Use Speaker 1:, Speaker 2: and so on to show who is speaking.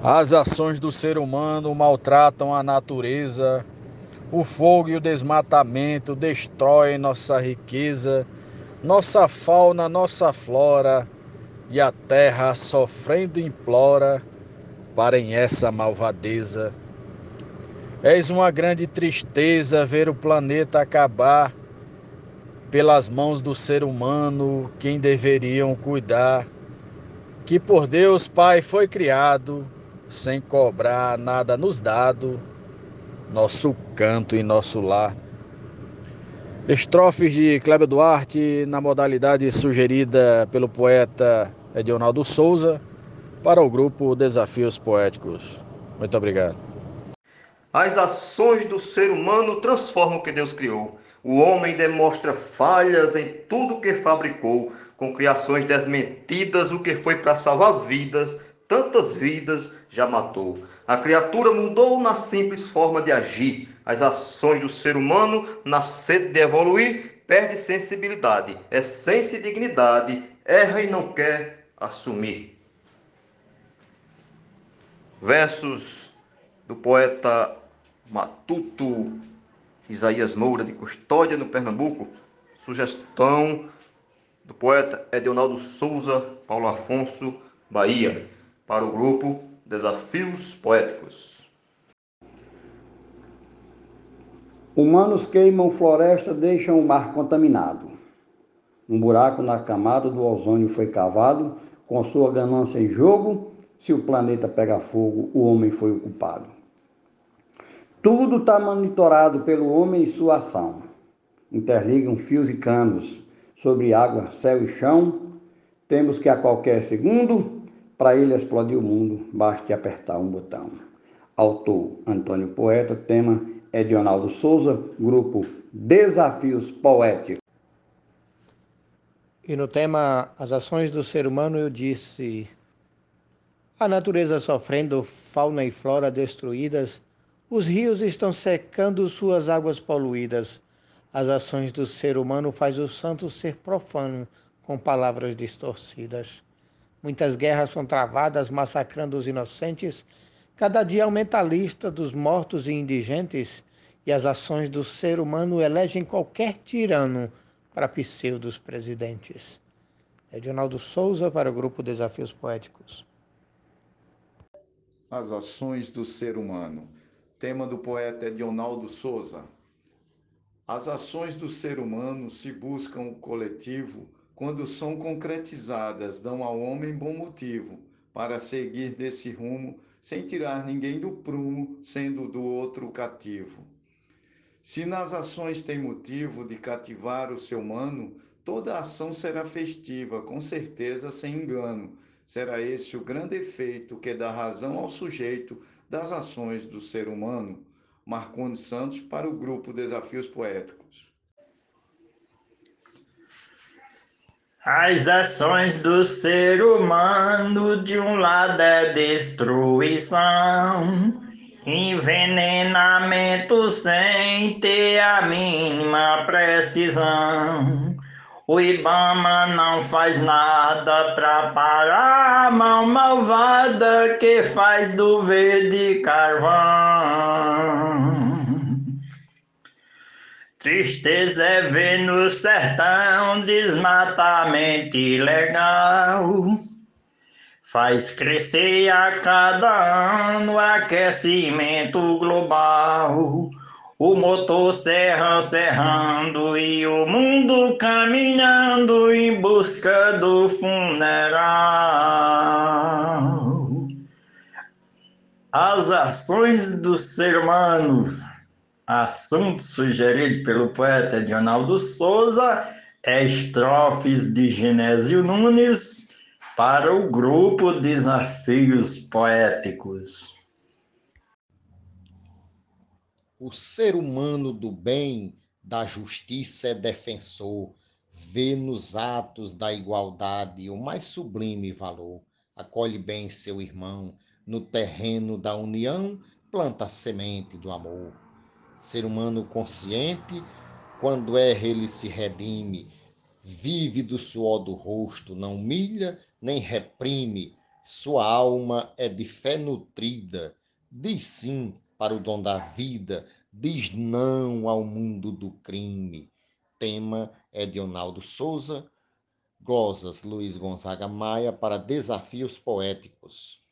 Speaker 1: As ações do ser humano maltratam a natureza. O fogo e o desmatamento destroem nossa riqueza, nossa fauna, nossa flora, e a terra sofrendo implora, parem essa malvadeza. És uma grande tristeza ver o planeta acabar pelas mãos do ser humano, quem deveriam cuidar, que por Deus Pai foi criado, sem cobrar nada nos dado, nosso canto e nosso lar. Estrofes de Cléber Duarte, na modalidade sugerida pelo poeta Edionaldo Souza, para o grupo Desafios Poéticos. Muito obrigado.
Speaker 2: As ações do ser humano transformam o que Deus criou. O homem demonstra falhas em tudo que fabricou, com criações desmentidas, o que foi para salvar vidas, tantas vidas já matou. A criatura mudou na simples forma de agir. As ações do ser humano, na sede de evoluir, perde sensibilidade, essência e dignidade, erra e não quer assumir. Versos do poeta Matuto Isaías Moura, de Custódia, no Pernambuco. Sugestão do poeta Edionaldo Souza, Paulo Afonso, Bahia, para o grupo Desafios Poéticos.
Speaker 3: Humanos queimam floresta, deixam o mar contaminado. Um buraco na camada do ozônio foi cavado, com sua ganância em jogo. Se o planeta pega fogo, o homem foi o culpado. Tudo está monitorado pelo homem e sua ação. Interligam fios e canos sobre água, céu e chão. Temos que a qualquer segundo, para ele explodir o mundo, baste apertar um botão. Autor Antônio Poeta, tema Edionaldo Souza, grupo Desafios Poéticos.
Speaker 4: E no tema As Ações do Ser Humano eu disse: a natureza sofrendo, fauna e flora destruídas, os rios estão secando suas águas poluídas. As ações do ser humano faz o santo ser profano com palavras distorcidas. Muitas guerras são travadas, massacrando os inocentes. Cada dia aumenta a lista dos mortos e indigentes, e as ações do ser humano elegem qualquer tirano para pseudos presidentes. Edionaldo Souza, para o grupo Desafios Poéticos.
Speaker 5: As ações do ser humano. Tema do poeta Edionaldo Souza. As ações do ser humano se buscam o coletivo quando são concretizadas, dão ao homem bom motivo para seguir desse rumo, sem tirar ninguém do prumo, sendo do outro cativo. Se nas ações tem motivo de cativar o ser humano, toda ação será festiva, com certeza sem engano. Será esse o grande efeito que dá razão ao sujeito das ações do ser humano. Marcondes Santos, para o grupo Desafios Poéticos.
Speaker 6: As ações do ser humano, de um lado é destruição, envenenamento sem ter a mínima precisão. O Ibama não faz nada pra parar a mão malvada que faz do verde carvão. Tristeza é ver no sertão desmatamento ilegal. Faz crescer a cada ano aquecimento global. O motor serrando e o mundo caminhando em busca do funeral. As ações do ser humano. Assunto sugerido pelo poeta Edionaldo Souza, estrofes de Genésio Nunes, para o grupo Desafios Poéticos.
Speaker 7: O ser humano do bem, da justiça é defensor, vê nos atos da igualdade o mais sublime valor. Acolhe bem seu irmão, no terreno da união, planta a semente do amor. Ser humano consciente, quando erra ele se redime, vive do suor do rosto, não humilha nem reprime, Sua alma é de fé nutrida, diz sim para o dom da vida, diz não ao mundo do crime. Tema é de Edionaldo Souza, glosas Luiz Gonzaga Maia para Desafios Poéticos.